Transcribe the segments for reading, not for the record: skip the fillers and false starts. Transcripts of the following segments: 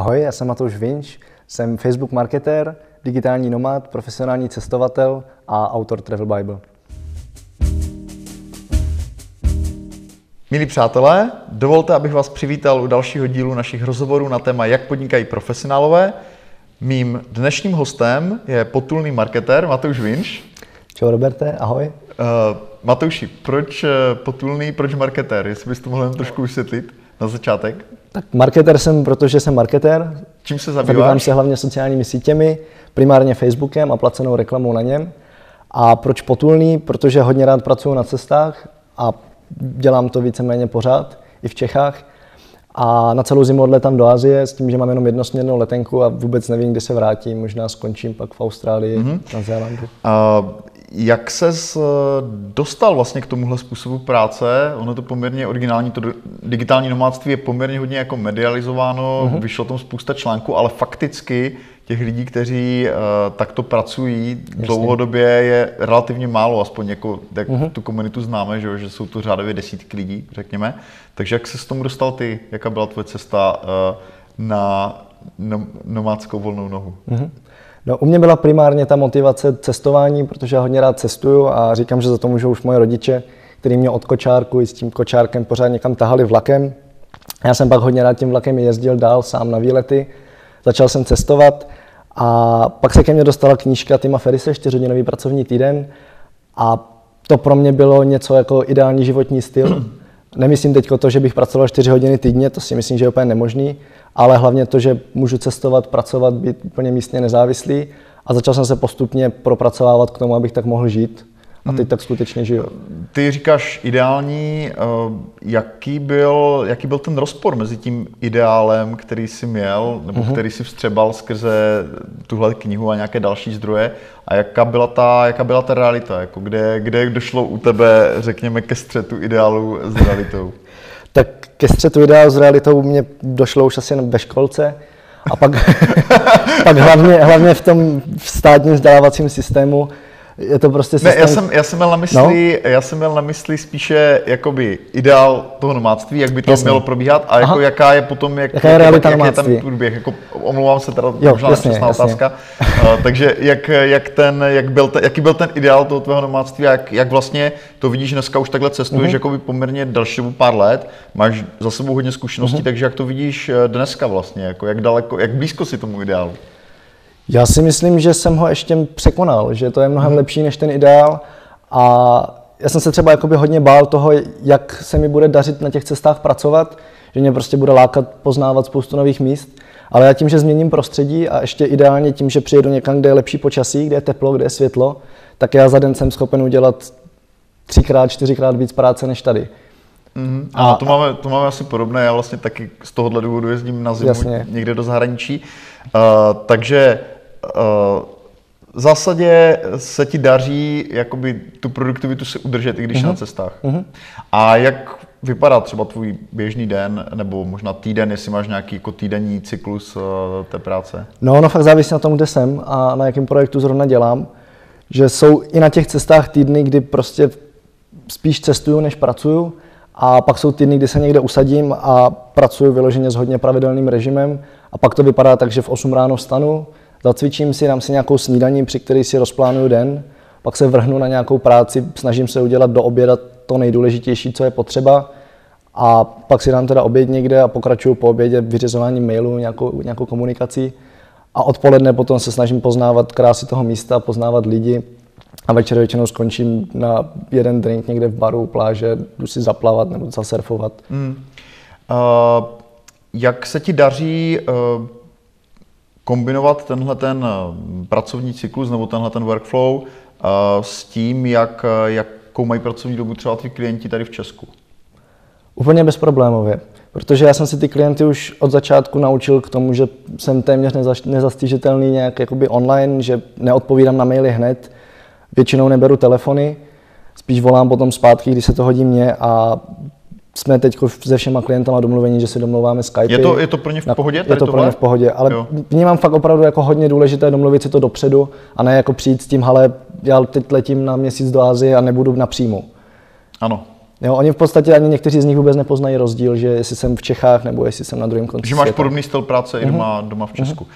Ahoj, já jsem Matouš Vinč, jsem Facebook marketér, digitální nomád, profesionální cestovatel a autor Travel Bible. Milí přátelé, dovolte, abych vás přivítal u dalšího dílu našich rozhovorů na téma Jak podnikají profesionálové. Mým dnešním hostem je potulný marketér Matouš Vinč. Čau Roberte, ahoj. Matouši, proč potulný, proč marketér? Jestli bys to mohl jen trošku vysvětlit na začátek. Tak marketér jsem, protože jsem marketér. Čím se zabýváš? Zabývám se hlavně sociálními sítěmi, primárně Facebookem a placenou reklamou na něm. A proč potulný? Protože hodně rád pracuji na cestách a dělám to víceméně pořád, i v Čechách. A na celou zimu odletám do Asie s tím, že mám jenom jednosměrnou letenku a vůbec nevím, kdy se vrátím. Možná skončím pak v Austrálii, na Zélandu. Jak ses dostal vlastně k tomuhle způsobu práce? Ono je to poměrně originální, to digitální nomádství je poměrně hodně jako medializováno, vyšlo tam spousta článků, ale fakticky těch lidí, kteří takto pracují dlouhodobě, je relativně málo, aspoň jako jak tu komunitu známe, že jsou to řádově desítky lidí, řekněme. Takže jak ses k tomu dostal ty? Jaká byla tvoje cesta na nomádskou volnou nohu? No, u mě byla primárně ta motivace cestování, protože já hodně rád cestuju a říkám, že za to můžou už moje rodiče, kteří mě od kočárku i s tím kočárkem pořád někam tahali vlakem. Já jsem pak hodně rád tím vlakem jezdil dál sám na výlety, začal jsem cestovat a pak se ke mně dostala knížka Tima Ferrise, 4hodinový pracovní týden a to pro mě bylo něco jako ideální životní styl. Nemyslím teď to, že bych pracoval 4 hodiny týdně, to si myslím, že je úplně nemožný, ale hlavně to, že můžu cestovat, pracovat, být úplně místně nezávislý a začal jsem se postupně propracovávat k tomu, abych tak mohl žít a teď tak skutečně žiju. Ty říkáš ideální, jaký byl ten rozpor mezi tím ideálem, který jsi měl, nebo který jsi vstřebal skrze tuhle knihu a nějaké další zdroje a jaká byla ta realita, jako kde došlo u tebe, řekněme, ke střetu ideálu s realitou? Tak ke střetu ideálu s realitou mě došlo už asi ve školce a pak hlavně v tom státním vzdělávacím systému. Je to prostě systém... Ne, já jsem měl na mysli spíše jakoby ideál toho nomádství, jak by to mělo probíhat a jako jaká je potom, jaká je realita nomádství. Jaký je ten průběh, jako omlouvám se teda, možná nepřesná otázka. Takže jaký byl ten ideál toho tvého nomádství a jak vlastně to vidíš, dneska už takhle cestuješ jakoby poměrně další dobu pár let, máš za sebou hodně zkušeností, takže jak to vidíš dneska vlastně, jako jak daleko, jak blízko si tomu ideálu? Já si myslím, že jsem ho ještě překonal, že to je mnohem lepší než ten ideál a já jsem se třeba jakoby hodně bál toho, jak se mi bude dařit na těch cestách pracovat, že mě prostě bude lákat poznávat spoustu nových míst, ale já tím, že změním prostředí a ještě ideálně tím, že přijedu někam, kde je lepší počasí, kde je teplo, kde je světlo, tak já za den jsem schopen udělat 3x, 4x víc práce než tady. A to máme asi podobné, já vlastně taky z tohohle důvodu jezdím na zimu někde do zahraničí, takže v zásadě se ti daří jakoby tu produktivitu si udržet, i když na cestách. A jak vypadá třeba tvůj běžný den, nebo možná týden, jestli máš nějaký jako týdenní cyklus té práce? No fakt závisí na tom, kde jsem a na jakém projektu zrovna dělám. Že jsou i na těch cestách týdny, kdy prostě spíš cestuju, než pracuju. A pak jsou týdny, kdy se někde usadím a pracuji vyloženě s hodně pravidelným režimem. A pak to vypadá tak, že v 8 ráno vstanu, zacvičím si, dám si nějakou snídaní, při které si rozplánuju den, pak se vrhnu na nějakou práci, snažím se udělat do oběda to nejdůležitější, co je potřeba. A pak si dám teda oběd někde a pokračuju po obědě vyřizováním mailů, nějakou komunikací. A odpoledne potom se snažím poznávat krásy toho místa, poznávat lidi. A večer většinou skončím na jeden drink někde v baru, pláže, jdu si zaplavat nebo zasurfovat. Jak se ti daří kombinovat tenhle ten pracovní cyklus nebo tenhle ten workflow s tím, jakou mají pracovní dobu třeba tví klienti tady v Česku? Úplně bezproblémově, protože já jsem si ty klienty už od začátku naučil k tomu, že jsem téměř nezastižitelný nějak jakoby online, že neodpovídám na maily hned, většinou neberu telefony, spíš volám potom zpátky, když se to hodí mně a jsme teď se všema klientama domluvení, že si domlouváme Skypey. Je to pro ně v pohodě? Je to pro ně v pohodě, ale vnímám fakt opravdu jako hodně důležité domluvit si to dopředu a ne jako přijít s tím, hele, já teď letím na měsíc do Asie a nebudu napřímo. Ano. Jo, oni v podstatě ani někteří z nich vůbec nepoznají rozdíl, že jestli jsem v Čechách nebo jestli jsem na druhém konci Že máš světa. podobný styl práce i doma v Česku.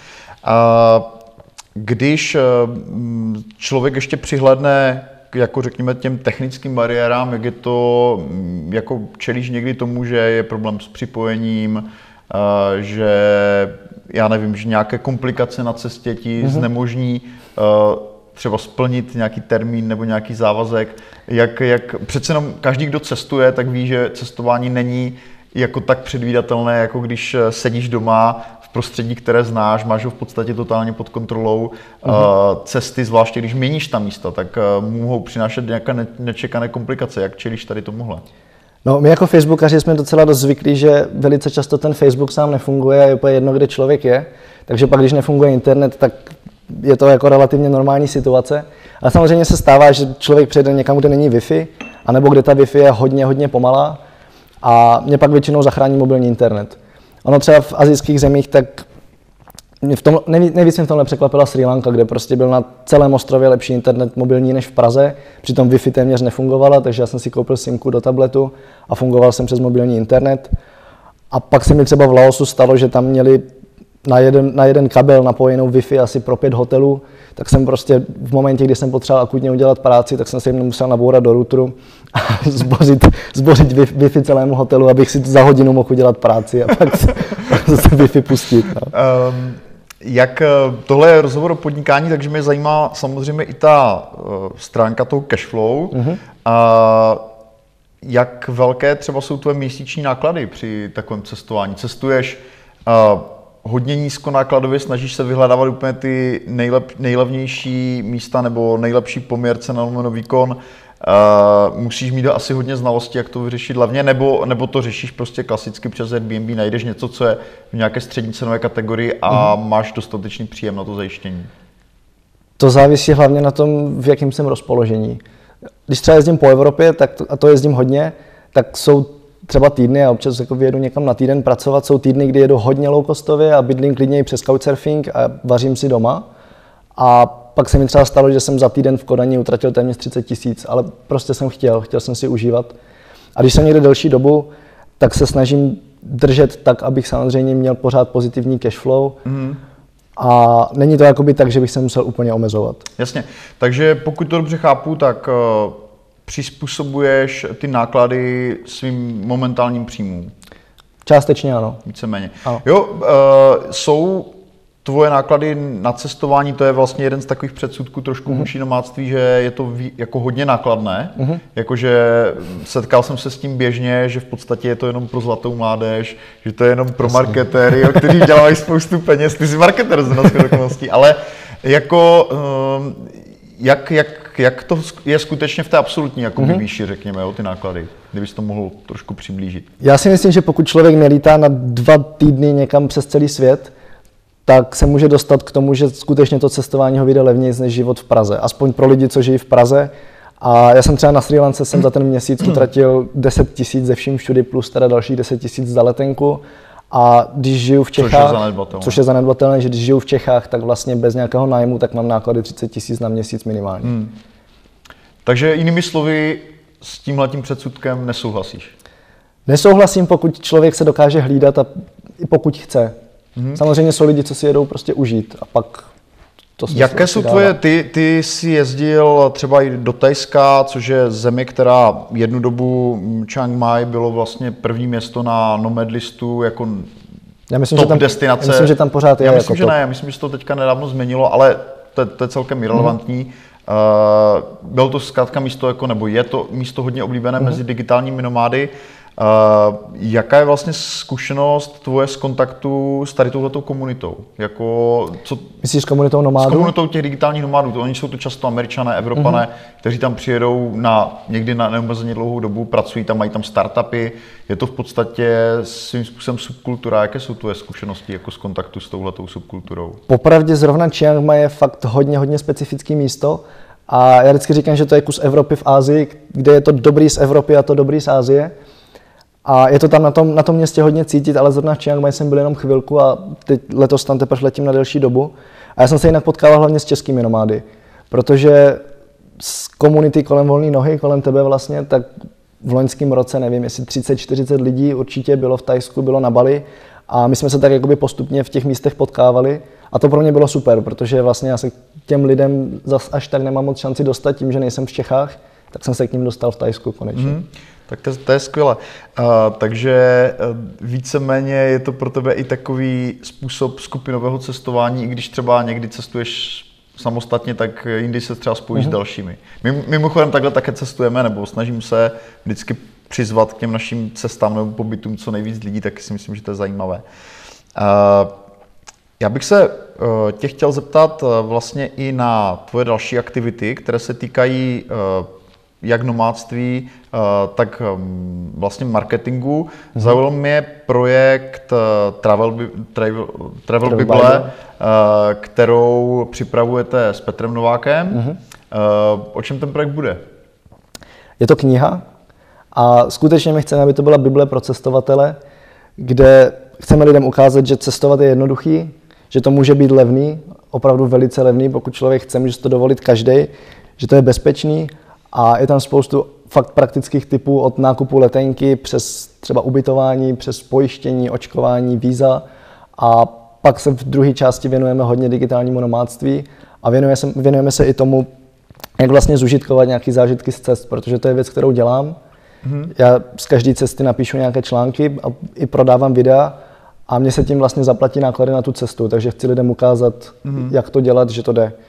Když člověk ještě přihlédne jako řekněme těm technickým bariérám, jak je to, jako čelíš někdy tomu, že je problém s připojením, že já nevím, že nějaké komplikace na cestě ti znemožní třeba splnit nějaký termín nebo nějaký závazek, jak přece jenom každý, kdo cestuje, tak ví, že cestování není jako tak předvídatelné, jako když sedíš doma v prostředí, které znáš, máš ho v podstatě totálně pod kontrolou. Cesty, zvláště když měníš ta místa, tak mohou přinášet nějaké nečekané komplikace. Jak čelíš tady tomuhle? No, my jako facebookaři jsme docela dost zvyklí, že velice často ten Facebook sám nefunguje a je úplně jedno, kde člověk je. Takže pak, když nefunguje internet, tak je to jako relativně normální situace. Ale samozřejmě se stává, že člověk přijde někam, kde není Wi-Fi, anebo kde ta Wi-Fi je hodně pomalá a mě pak většinou zachrání mobilní internet. Ono třeba v asijských zemích, tak nejvíc mě v tomhle překvapila Srí Lanka, kde prostě byl na celém ostrově lepší internet mobilní než v Praze, přitom Wi-Fi téměř nefungovala, takže já jsem si koupil simku do tabletu a fungoval jsem přes mobilní internet. A pak se mi třeba v Laosu stalo, že tam měli na jeden kabel napojenou Wi-Fi asi pro 5 hotelů, tak jsem prostě v momentě, kdy jsem potřeboval akutně udělat práci, tak jsem se jim musel nabourat do routeru a zbořit Wi-Fi celému hotelu, abych si za hodinu mohl udělat práci a pak se Wi-Fi pustit. No. Jak tohle je rozhovor o podnikání, takže mě zajímá samozřejmě i ta stránka toho cashflow. Jak velké třeba jsou tvoje měsíční náklady při takovém cestování? Cestuješ hodně nízkonákladově, snažíš se vyhledávat úplně ty nejlevnější místa nebo nejlepší poměr cena/výkon. Musíš mít asi hodně znalostí, jak to vyřešit levně, nebo to řešíš prostě klasicky přes Airbnb, najdeš něco, co je v nějaké střední cenové kategorii a máš dostatečný příjem na to zajištění? To závisí hlavně na tom, v jakém jsem rozpoložení. Když třeba jezdím po Evropě, a to jezdím hodně, tak jsou třeba týdny, a občas jako vyjedu někam na týden pracovat, jsou týdny, kdy jedu hodně low-costově a bydlím klidně i přes couchsurfing a vařím si doma. A pak se mi třeba stalo, že jsem za týden v Kodani utratil téměř 30 000, ale prostě jsem chtěl jsem si užívat. A když jsem někde delší dobu, tak se snažím držet tak, abych samozřejmě měl pořád pozitivní cash flow. A není to jakoby tak, že bych se musel úplně omezovat. Jasně, takže pokud to dobře chápu, tak přizpůsobuješ ty náklady svým momentálním příjmům. Částečně ano. Víceméně. Ano. Jo, jsou tvoje náklady na cestování, to je vlastně jeden z takových předsudků trošku vůči domáctví, že je to jako hodně nákladné. Jakože setkal jsem se s tím běžně, že v podstatě je to jenom pro zlatou mládež, že to je jenom pro marketéry, kteří dělají spoustu peněz. Ty jsi marketér z okolností, ale jako jak to je skutečně v té absolutní výši, řekněme, ty náklady, kdybys to mohl trošku přiblížit. Já si myslím, že pokud člověk nelítá na 2 týdny někam přes celý svět, tak se může dostat k tomu, že skutečně to cestování ho vyjde levněji než život v Praze. Aspoň pro lidi, co žijí v Praze. A já jsem třeba na Srí Lance jsem za ten měsíc utratil 10 000 ze vším všudy plus teda dalších 10 000 za letenku. A když žiju v Čechách, což je zanedbatelné, že když žiju v Čechách, tak vlastně bez nějakého nájmu, tak mám náklady 30 000 na měsíc minimálně. Takže jinými slovy, s tímhletím předsudkem nesouhlasíš? Nesouhlasím, pokud člověk se dokáže hlídat a i pokud chce. Samozřejmě jsou lidi, co si jedou prostě užít a pak to smysl. Jaké jsou tvoje, ty jsi jezdil třeba i do Thajska, což je země, která jednu dobu Chiang Mai bylo vlastně první město na Nomad listu jako top destinace. Já myslím, že tam pořád je. Já myslím, že ne, já myslím, že se to teďka nedávno změnilo, ale to je celkem irelevantní. Bylo to zkrátka místo, nebo je to místo hodně oblíbené mezi digitálními nomády. Jaká je vlastně zkušenost tvoje z kontaktu s tady touhletou komunitou? Myslíš s komunitou nomádů? S komunitou těch digitálních nomádů. Oni jsou to často Američané, Evropané, kteří tam přijedou někdy na neomezeně dlouhou dobu, pracují tam, mají tam startupy. Je to v podstatě svým způsobem subkultura. Jaké jsou tvoje zkušenosti jako z kontaktu s touhletou subkulturou? Popravdě zrovna Chiang Mai je fakt hodně specifické místo. A já vždycky říkám, že to je kus Evropy v Asii, kde je to dobrý z Evropy a to dobrý z Asie. A je to tam na tom městě hodně cítit, ale zrovna v Chiang Mai jsem byl jenom chvilku a teď letos tam teprve letím na delší dobu. A já jsem se jinak potkával hlavně s českými nomády, protože z komunity kolem Volné nohy, kolem tebe vlastně, tak v loňském roce, nevím, jestli 30-40 lidí určitě bylo v Thajsku, bylo na Bali a my jsme se tak jakoby postupně v těch místech potkávali a to pro mě bylo super, protože vlastně já se k těm lidem zas až tak nemám moc šanci dostat tím, že nejsem v Čechách, tak jsem se k ním dostal v Thajsku konečně. Tak to je skvělé. Takže víceméně je to pro tebe i takový způsob skupinového cestování, i když třeba někdy cestuješ samostatně, tak jindy se třeba spojíš s dalšími. My mimochodem takhle také cestujeme, nebo snažím se vždycky přizvat k těm našim cestám nebo pobytům co nejvíc lidí, tak si myslím, že to je zajímavé. Já bych se tě chtěl zeptat vlastně i na tvoje další aktivity, které se týkají jak nomádství, tak vlastně marketingu. Zaujal mě projekt Travel Bible, kterou připravujete s Petrem Novákem. O čem ten projekt bude? Je to kniha a skutečně my chceme, aby to byla Bible pro cestovatele, kde chceme lidem ukázat, že cestovat je jednoduchý, že to může být levný, opravdu velice levný, pokud člověk chce, může si to dovolit každý, že to je bezpečný a je tam spoustu fakt praktických typů od nákupu letenky přes třeba ubytování, přes pojištění, očkování, víza a pak se v druhé části věnujeme hodně digitálnímu nomádství a věnujeme se i tomu, jak vlastně zužitkovat nějaké zážitky z cest, protože to je věc, kterou dělám. Já z každé cesty napíšu nějaké články a i prodávám videa a mě se tím vlastně zaplatí náklady na tu cestu, takže chci lidem ukázat, jak to dělat, že to jde.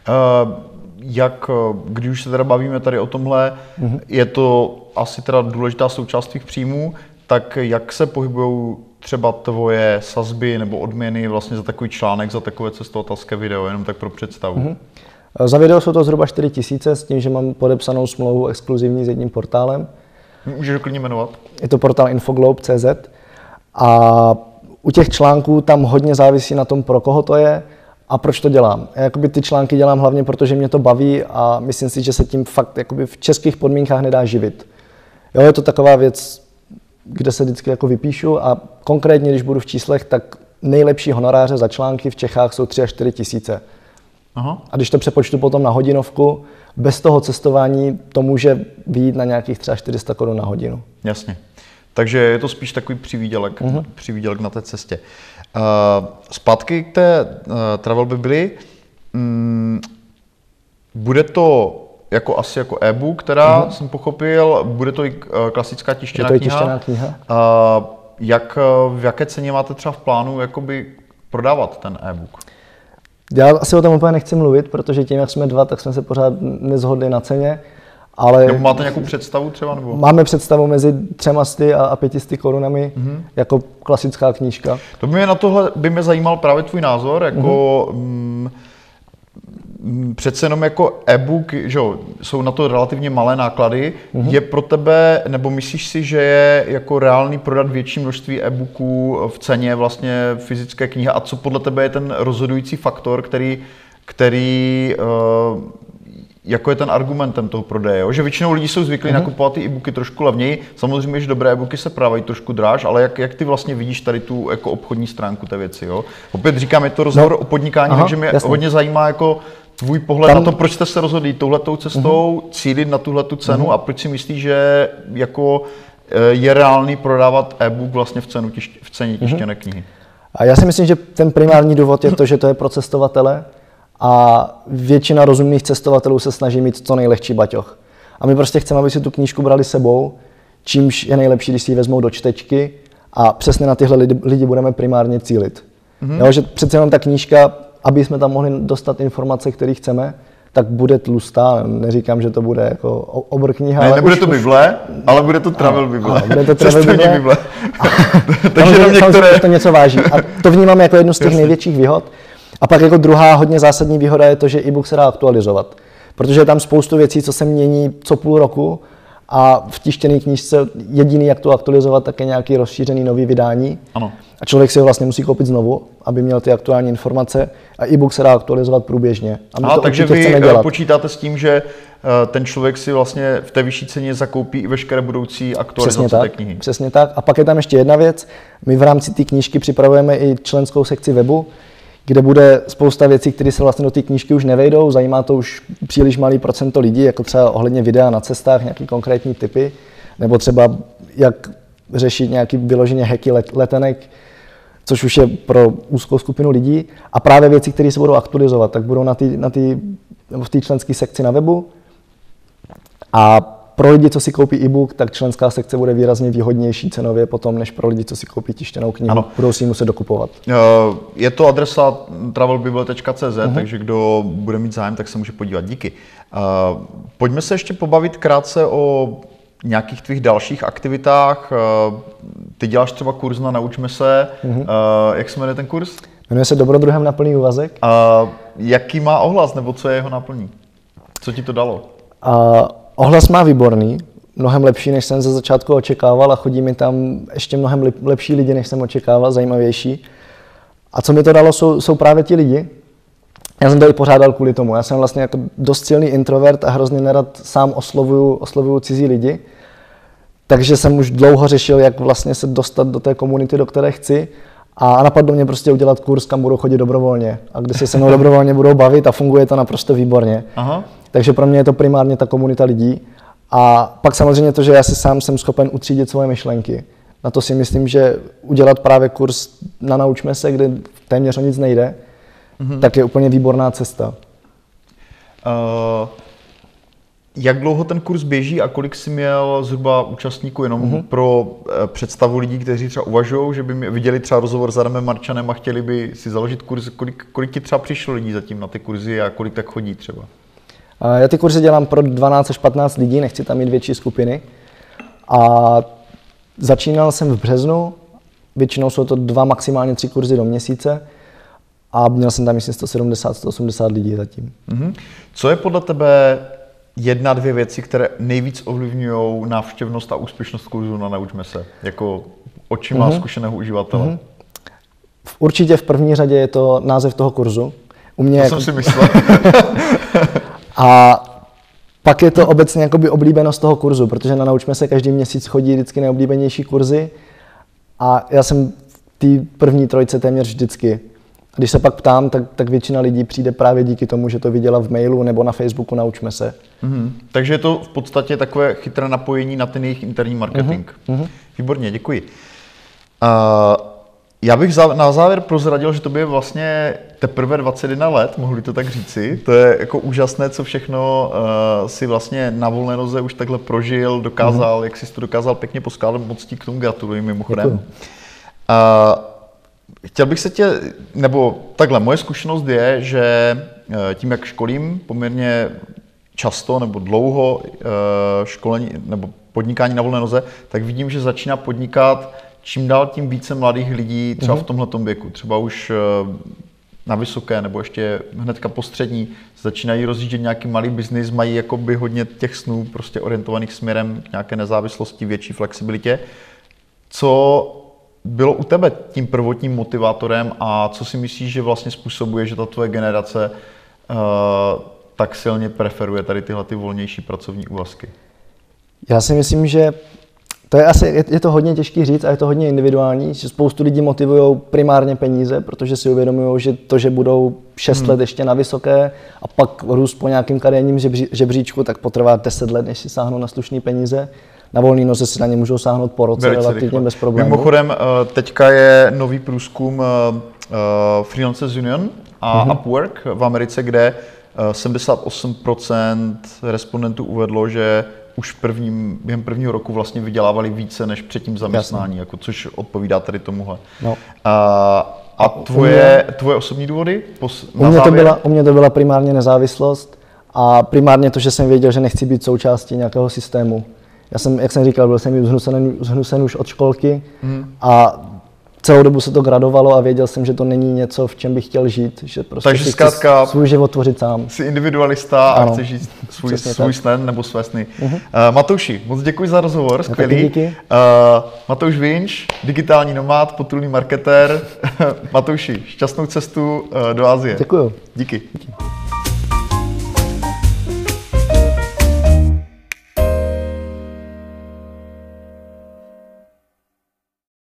Když už se teda bavíme tady o tomhle, je to asi teda důležitá součást tvých příjmů, tak jak se pohybují třeba tvoje sazby nebo odměny vlastně za takový článek, za takové cestovatelské video, jenom tak pro představu? Za video jsou to zhruba 4 000 s tím, že mám podepsanou smlouvu exkluzivní s jedním portálem. Můžeš ho klidně jmenovat? Je to portál infoglobe.cz a u těch článků tam hodně závisí na tom, pro koho to je a proč to dělám. Já jakoby ty články dělám hlavně, protože mě to baví a myslím si, že se tím fakt jakoby v českých podmínkách nedá živit. Jo, je to taková věc, kde se vždycky jako vypíšu a konkrétně, když budu v číslech, tak nejlepší honoráře za články v Čechách jsou 3 až 4 tisíce. Aha. A když to přepočtu potom na hodinovku, bez toho cestování to může vyjít na nějakých třeba 400 Kč na hodinu. Jasně. Takže je to spíš takový přivídělek na té cestě. Zpátky k té Travel Bibli. Bude to asi jako e-book, která jsem pochopil, bude to i klasická tištěná kniha. V jaké ceně máte třeba v plánu jakoby prodávat ten e-book? Já asi o tom úplně nechci mluvit, protože tím, jak jsme dva, tak jsme se pořád nezhodli na ceně. Ale nebo máte nějakou představu třeba? Nebo? Máme představu mezi 300 a 500 korunami, jako klasická knížka. To na tohle by mě zajímal právě tvůj názor, jako přece jenom jako e-book, že jsou na to relativně malé náklady. Je pro tebe, nebo myslíš si, že je jako reálný prodat větší množství e-booků v ceně vlastně fyzické knihy? A co podle tebe je ten rozhodující faktor, který jako je ten argumentem toho prodeje, že většinou lidí jsou zvyklí nakupovat ty e-booky trošku levněji. Samozřejmě, že dobré e-booky se prodávají trošku dráž, ale jak ty vlastně vidíš tady tu jako obchodní stránku té věci, jo? Opět říkám, je to rozhovor o podnikání, takže mě hodně zajímá jako tvůj pohled na to, proč jste se rozhodli touhletou cestou, cílit na tuhletu cenu a proč si myslíš, že jako je reálný prodávat e-book vlastně v ceně tištěné knihy. A já si myslím, že ten primární důvod je to, že to je pro cestovatele a většina rozumných cestovatelů se snaží mít co nejlehčí baťoch. A my prostě chceme, aby si tu knížku brali sebou, čímž je nejlepší, když si ji vezmou do čtečky a přesně na tyhle lidi budeme primárně cílit. Jo, že přece jenom ta knížka, aby jsme tam mohli dostat informace, které chceme, tak bude tlustá. Neříkám, že to bude jako obrkniha. Ne, nebude to Bible, ale bude to Travel Bible. Bude to Travel Bible. Takže některé to něco váží. A to vnímám jako jednu z těch největších výhod. A pak jako druhá hodně zásadní výhoda je to, že e-book se dá aktualizovat. Protože je tam spoustu věcí, co se mění co půl roku a v tištěné knížce jediný, jak to aktualizovat, tak je nějaký rozšířený nový vydání. Ano. A člověk si ho vlastně musí koupit znovu, aby měl ty aktuální informace a e-book se dá aktualizovat průběžně. Takže vy počítáte s tím, že ten člověk si vlastně v té vyšší ceně zakoupí i veškeré budoucí aktualizace té knihy. Přesně tak. A pak je tam ještě jedna věc. My v rámci té knížky připravujeme i členskou sekci webu, kde bude spousta věcí, které se vlastně do té knížky už nevejdou. Zajímá to už příliš malý procento lidí, jako třeba ohledně videa na cestách, nějaký konkrétní tipy. nebo třeba jak řešit nějaký vyloženě hacky letenek, což už je pro úzkou skupinu lidí. A právě věci, které se budou aktualizovat, tak budou v té členské sekci na webu. A pro lidi, co si koupí e-book, tak členská sekce bude výrazně výhodnější cenově potom, než pro lidi, co si koupí tištěnou knihu. Ano. Budou si ji muset dokupovat. Je to adresa travelbible.cz, takže kdo bude mít zájem, tak se může podívat. Díky. Pojďme se ještě pobavit krátce o nějakých tvých dalších aktivitách. Ty děláš třeba kurz na Naučme se. Jak se jmenuje ten kurz? Jmenuje se Dobrodruhem na plný úvazek. Jaký má ohlas, nebo co je jeho náplní? Co ti to dalo? Ohlas má výborný, mnohem lepší, než jsem ze začátku očekával a chodí mi tam ještě mnohem lepší lidi, než jsem očekával, zajímavější. A co mi to dalo, jsou právě ti lidi. Já jsem to i pořádal kvůli tomu. Já jsem vlastně jako dost silný introvert a hrozně nerad sám oslovuju cizí lidi. Takže jsem už dlouho řešil, jak vlastně se dostat do té komunity, do které chci. A napadlo mě prostě udělat kurz, kam budou chodit dobrovolně. A kde se mnou dobrovolně budou bavit a funguje to naprosto výborně. Aha. Takže pro mě je to primárně ta komunita lidí. A pak samozřejmě to, že já si sám jsem schopen utřídit svoje myšlenky. Na to si myslím, že udělat právě kurz na Naučme se, kde téměř o nic nejde, tak je úplně výborná cesta. Jak dlouho ten kurz běží a kolik jsi měl zhruba účastníků jenom pro představu lidí, kteří třeba uvažují, že by viděli třeba rozhovor s Adamem Marčanem a chtěli by si založit kurz? Kolik ti třeba přišlo lidí zatím na ty kurzy a kolik tak chodí třeba? Já ty kurzy dělám pro 12 až 15 lidí, nechci tam mít větší skupiny. A začínal jsem v březnu, většinou jsou to 2, maximálně 3 kurzy do měsíce. A měl jsem tam myslím 170-180 lidí zatím. Co je podle tebe 1, 2 věci, které nejvíc ovlivňují návštěvnost a úspěšnost kurzu na Naučme se, jako očima zkušeného uživatele? Určitě v první řadě je to název toho kurzu. Jsem si myslel. A pak je to obecně jakoby oblíbenost toho kurzu, protože na Naučme se každý měsíc chodí vždycky nejoblíbenější kurzy a já jsem v té první trojce téměř vždycky. Když se pak ptám, tak většina lidí přijde právě díky tomu, že to viděla v mailu nebo na Facebooku Naučme se. Takže je to v podstatě takové chytré napojení na ten jejich interní marketing. Výborně, děkuji. Já bych na závěr prozradil, že tobě je vlastně teprve 21 let, mohli to tak říci. To je jako úžasné, co všechno si vlastně na volné noze už takhle prožil, dokázal, jak jsi to dokázal pěkně poskládat, moc ti k tomu gratuluji mimochodem. Chtěl bych se tě, nebo takhle, moje zkušenost je, že tím, jak školím poměrně často nebo dlouho školení nebo podnikání na volné noze, tak vidím, že začíná podnikat čím dál tím více mladých lidí třeba v tomhletom věku. Třeba už na vysoké nebo ještě hnedka po střední začínají rozjíždět nějaký malý biznis, mají jakoby hodně těch snů prostě orientovaných směrem k nějaké nezávislosti, větší flexibilitě. Co bylo u tebe tím prvotním motivátorem a co si myslíš, že vlastně způsobuje, že ta tvoje generace tak silně preferuje tady tyhle ty volnější pracovní úvazky? Já si myslím, že je to hodně těžký říct a je to hodně individuální, že spoustu lidí motivují primárně peníze, protože si uvědomují, že to, že budou 6 let ještě na vysoké a pak růst po nějakým kariérním žebříčku, tak potrvá 10 let, než si sáhnou na slušné peníze. Na volné noze si na ně můžou sáhnout po roce relativně bez problémů. Mimochodem, teďka je nový průzkum Freelancers Union a Upwork v Americe, kde 78% respondentů uvedlo, že už během prvního roku vlastně vydělávali více než před tím zaměstnání, jako, což odpovídá tady tomuhle. No. A tvoje osobní důvody? U mě to byla primárně nezávislost a primárně to, že jsem věděl, že nechci být součástí nějakého systému. Já jsem, jak jsem říkal, byl jsem zhnusen už od školky a celou dobu se to gradovalo a věděl jsem, že to není něco, v čem bych chtěl žít, že prostě takže si chci svůj život tvořit sám. Jsi individualista a chceš žít svůj sen nebo své sny. Matouši, moc děkuji za rozhovor, skvělý. Matouš Vinč, digitální nomád, potulný marketér. Matouši, šťastnou cestu do Asie. Děkuju. Díky.